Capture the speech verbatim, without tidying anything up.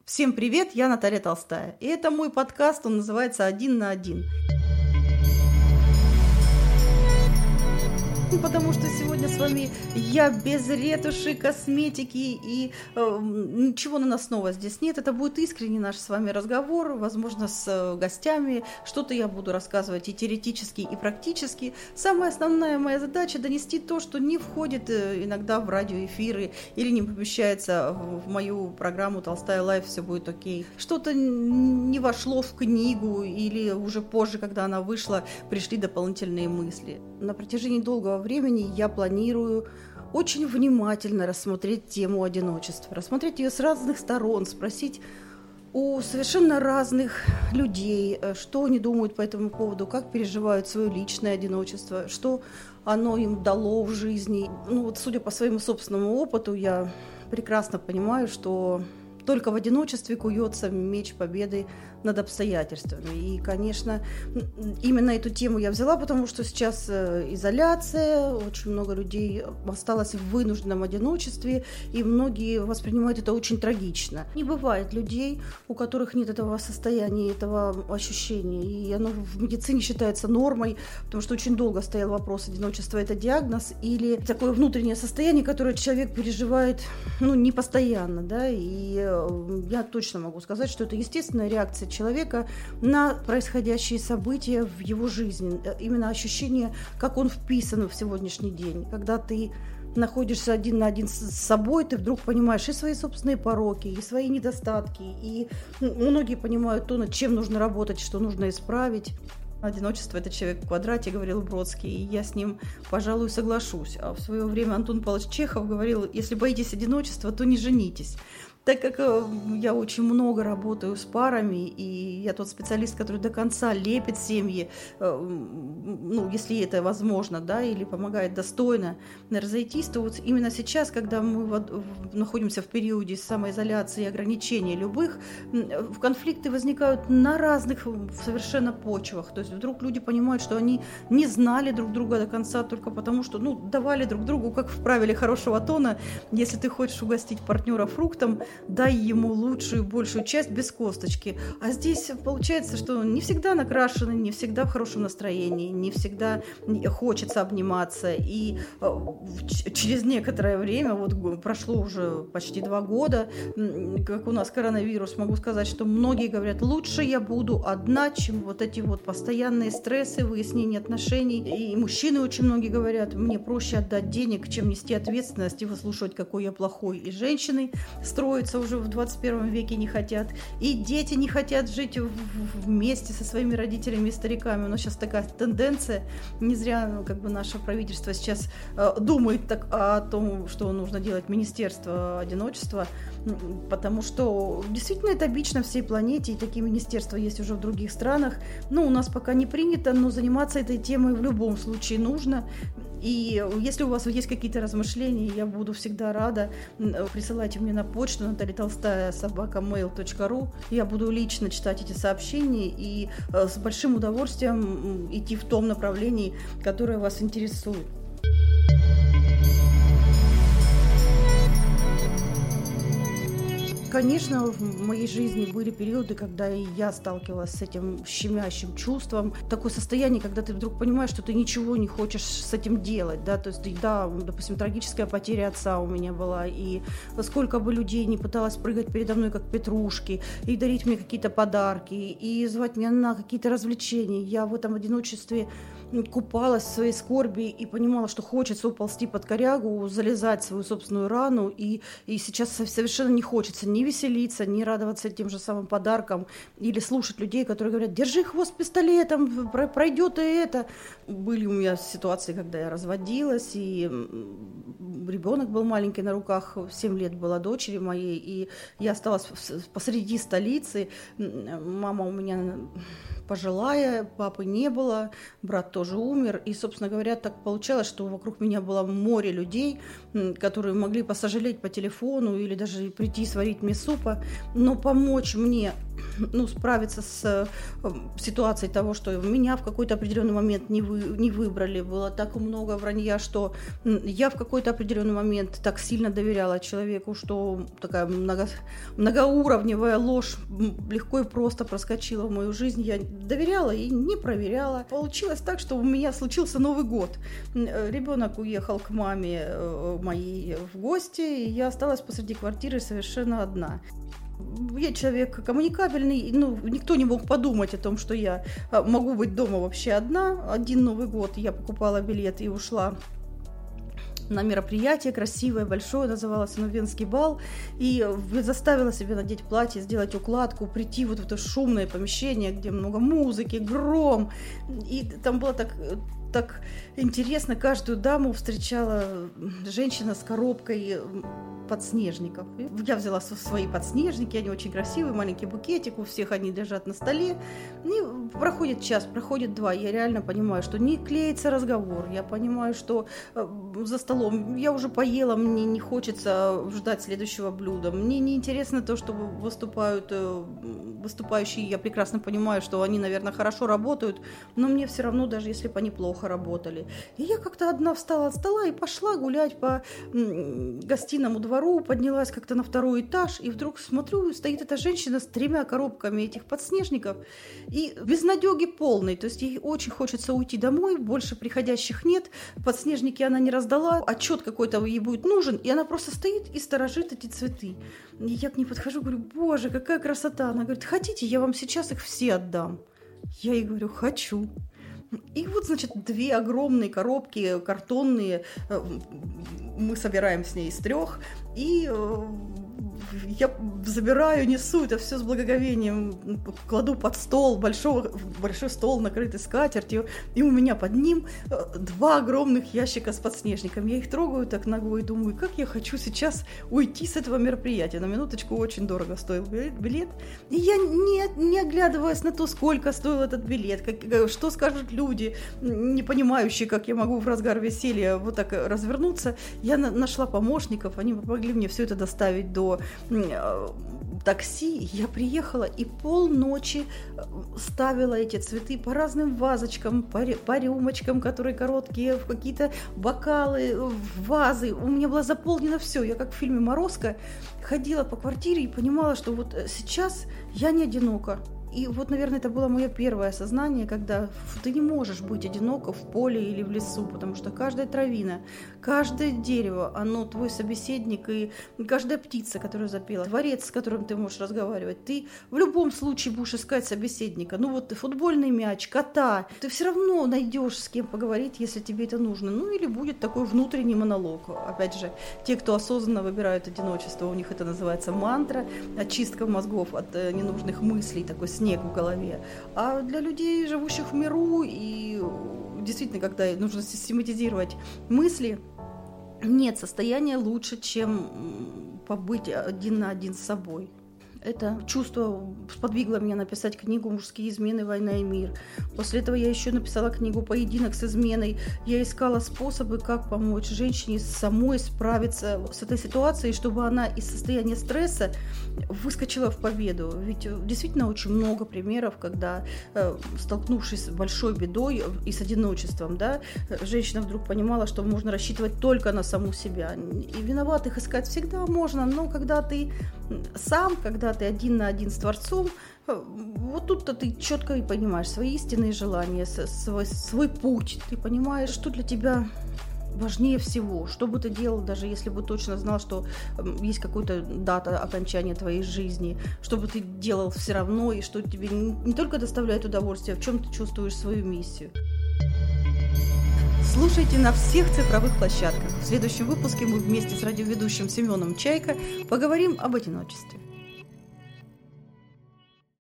Всем привет, я Наталья Толстая, и это мой подкаст, он называется «Один на один». Потому что сегодня с вами я без ретуши, косметики и э, ничего наносного здесь нет. Это будет искренний наш с вами разговор, возможно, с э, гостями. Что-то я буду рассказывать и теоретически, и практически. Самая основная моя задача — донести то, что не входит э, иногда в радиоэфиры или не помещается в, в мою программу «Толстая Лайф», все будет окей. Что-то не вошло в книгу или уже позже, когда она вышла, пришли дополнительные мысли. На протяжении долгого времени я планирую очень внимательно рассмотреть тему одиночества, рассмотреть ее с разных сторон, спросить у совершенно разных людей, что они думают по этому поводу, как переживают свое личное одиночество, что оно им дало в жизни. Ну вот, судя по своему собственному опыту, я прекрасно понимаю, что только в одиночестве куется меч победы над обстоятельствами. И, конечно, именно эту тему я взяла, потому что сейчас изоляция, очень много людей осталось в вынужденном одиночестве, и многие воспринимают это очень трагично. Не бывает людей, у которых нет этого состояния, этого ощущения, и оно в медицине считается нормой, потому что очень долго стоял вопрос, одиночество — это диагноз или такое внутреннее состояние, которое человек переживает, ну, не постоянно, да, и я точно могу сказать, что это естественная реакция человека на происходящие события в его жизни. Именно ощущение, как он вписан в сегодняшний день. Когда ты находишься один на один с собой, ты вдруг понимаешь и свои собственные пороки, и свои недостатки. И многие понимают то, над чем нужно работать, что нужно исправить. Одиночество — это человек в квадрате, говорил Бродский, и я с ним, пожалуй, соглашусь. А в свое время Антон Павлович Чехов говорил: если боитесь одиночества, то не женитесь. Так как я очень много работаю с парами, и я тот специалист, который до конца лепит семьи, ну, если это возможно, да, или помогает достойно разойтись, то вот именно сейчас, когда мы находимся в периоде самоизоляции и ограничений любых, конфликты возникают на разных совершенно почвах. То есть вдруг люди понимают, что они не знали друг друга до конца только потому, что, ну, давали друг другу, как в правиле хорошего тона: если ты хочешь угостить партнера фруктом, дай ему лучшую, большую часть без косточки. А здесь получается, что не всегда накрашены, не всегда в хорошем настроении, не всегда хочется обниматься. И через некоторое время, вот прошло уже почти два года, как у нас коронавирус, могу сказать, что многие говорят: лучше я буду одна, чем вот эти вот постоянные стрессы, выяснение отношений. И мужчины очень многие говорят: мне проще отдать денег, чем нести ответственность и выслушивать, какой я плохой. И женщины строятся уже в двадцать первом веке не хотят, и дети не хотят жить вместе со своими родителями и стариками. У нас сейчас такая тенденция, не зря, ну, как бы наше правительство сейчас э, думает так о том, что нужно делать министерство одиночества, потому что действительно это бич на всей планете, и такие министерства есть уже в других странах. Ну, у нас пока не принято, но заниматься этой темой в любом случае нужно. И если у вас есть какие-то размышления, я буду всегда рада. Присылайте мне на почту наталья толстая собака мейл точка ру. Я буду лично читать эти сообщения и с большим удовольствием идти в том направлении, которое вас интересует. Конечно, в моей жизни были периоды, когда и я сталкивалась с этим щемящим чувством. Такое состояние, когда ты вдруг понимаешь, что ты ничего не хочешь с этим делать. Да? То есть, да, допустим, трагическая потеря отца у меня была. И сколько бы людей не пыталась прыгать передо мной, как петрушки, и дарить мне какие-то подарки, и звать меня на какие-то развлечения. Я в этом одиночестве купалась в своей скорби и понимала, что хочется уползти под корягу, залезать в свою собственную рану. И, и сейчас совершенно не хочется ни веселиться, ни радоваться тем же самым подаркам, или слушать людей, которые говорят: держи хвост пистолетом, пройдет и это. Были у меня ситуации, когда я разводилась, и ребенок был маленький на руках, семь лет была дочери моей, и я осталась посреди столицы. Мама у меня пожилая, папы не было, брат тоже умер. И, собственно говоря, так получалось, что вокруг меня было море людей, которые могли посожалеть по телефону или даже прийти сварить мне супа. Но помочь мне ну, справиться с э, ситуацией того, что меня в какой-то определенный момент не, вы, не выбрали. Было так много вранья, что я в какой-то определенный момент так сильно доверяла человеку, что такая много, многоуровневая ложь легко и просто проскочила в мою жизнь. Я доверяла и не проверяла. Получилось так, что у меня случился Новый год. Ребенок уехал к маме моей в гости, и я осталась посреди квартиры совершенно одна. Я человек коммуникабельный, ну, никто не мог подумать о том, что я могу быть дома вообще одна. Один Новый год я покупала билет и ушла на мероприятие красивое, большое, называлось оно «Венский бал», и заставила себя надеть платье, сделать укладку, прийти вот в это шумное помещение, где много музыки, гром, и там было так... Так интересно, каждую даму встречала женщина с коробкой подснежников. Я взяла свои подснежники, они очень красивые, маленький букетик, у всех они лежат на столе. И проходит час, проходит два, я реально понимаю, что не клеится разговор, я понимаю, что за столом я уже поела, мне не хочется ждать следующего блюда, мне не интересно то, что выступают выступающие, я прекрасно понимаю, что они, наверное, хорошо работают, но мне все равно, даже если бы они плохо работали. И я как-то одна встала от стола и пошла гулять по гостиному двору, поднялась как-то на второй этаж, и вдруг смотрю, стоит эта женщина с тремя коробками этих подснежников, и безнадёги полной, то есть ей очень хочется уйти домой, больше приходящих нет, подснежники она не раздала, отчет какой-то ей будет нужен, и она просто стоит и сторожит эти цветы. И я к ней подхожу, говорю: боже, какая красота. Она говорит: хотите, я вам сейчас их все отдам? Я ей говорю: хочу. И вот, значит, две огромные коробки картонные мы собираем с ней из трех, и я забираю, несу это все с благоговением, кладу под стол, большой, большой стол, накрытый скатертью, и у меня под ним два огромных ящика с подснежниками. Я их трогаю так ногой и думаю, как я хочу сейчас уйти с этого мероприятия. На минуточку, очень дорого стоил билет. И я, не, не оглядываясь на то, сколько стоил этот билет, как, что скажут люди, не понимающие, как я могу в разгар веселья вот так развернуться, я на, нашла помощников, они помогли мне все это доставить до такси. Я приехала и полночи ставила эти цветы по разным вазочкам, по, по рюмочкам, которые короткие, в какие-то бокалы, в вазы. У меня было заполнено все. Я, как в фильме «Морозко», ходила по квартире и понимала, что вот сейчас я не одинока. И вот, наверное, это было мое первое осознание, когда ты не можешь быть одиноко в поле или в лесу, потому что каждая травина, каждое дерево, оно твой собеседник, и каждая птица, которая запела, творец, с которым ты можешь разговаривать, ты в любом случае будешь искать собеседника. Ну вот футбольный мяч, кота, ты все равно найдешь с кем поговорить, если тебе это нужно. Ну или будет такой внутренний монолог. Опять же, те, кто осознанно выбирают одиночество, у них это называется мантра, очистка мозгов от ненужных мыслей, такой снег в голове. А для людей, живущих в миру, и действительно, когда нужно систематизировать мысли, нет состояния лучше, чем побыть один на один с собой. Это чувство сподвигло меня написать книгу «Мужские измены. Война и мир». После этого я еще написала книгу «Поединок с изменой». Я искала способы, как помочь женщине самой справиться с этой ситуацией, чтобы она из состояния стресса выскочила в победу. Ведь действительно очень много примеров, когда, столкнувшись с большой бедой и с одиночеством, да, женщина вдруг понимала, что можно рассчитывать только на саму себя. И виноватых искать всегда можно, но когда ты сам, когда ты один на один с Творцом, вот тут-то ты четко и понимаешь свои истинные желания, свой, свой путь. Ты понимаешь, что для тебя важнее всего, что бы ты делал, даже если бы точно знал, что есть какая-то дата окончания твоей жизни, что бы ты делал все равно, и что тебе не только доставляет удовольствие, а в чем ты чувствуешь свою миссию. Слушайте на всех цифровых площадках. В следующем выпуске мы вместе с радиоведущим Семеном Чайко поговорим об одиночестве.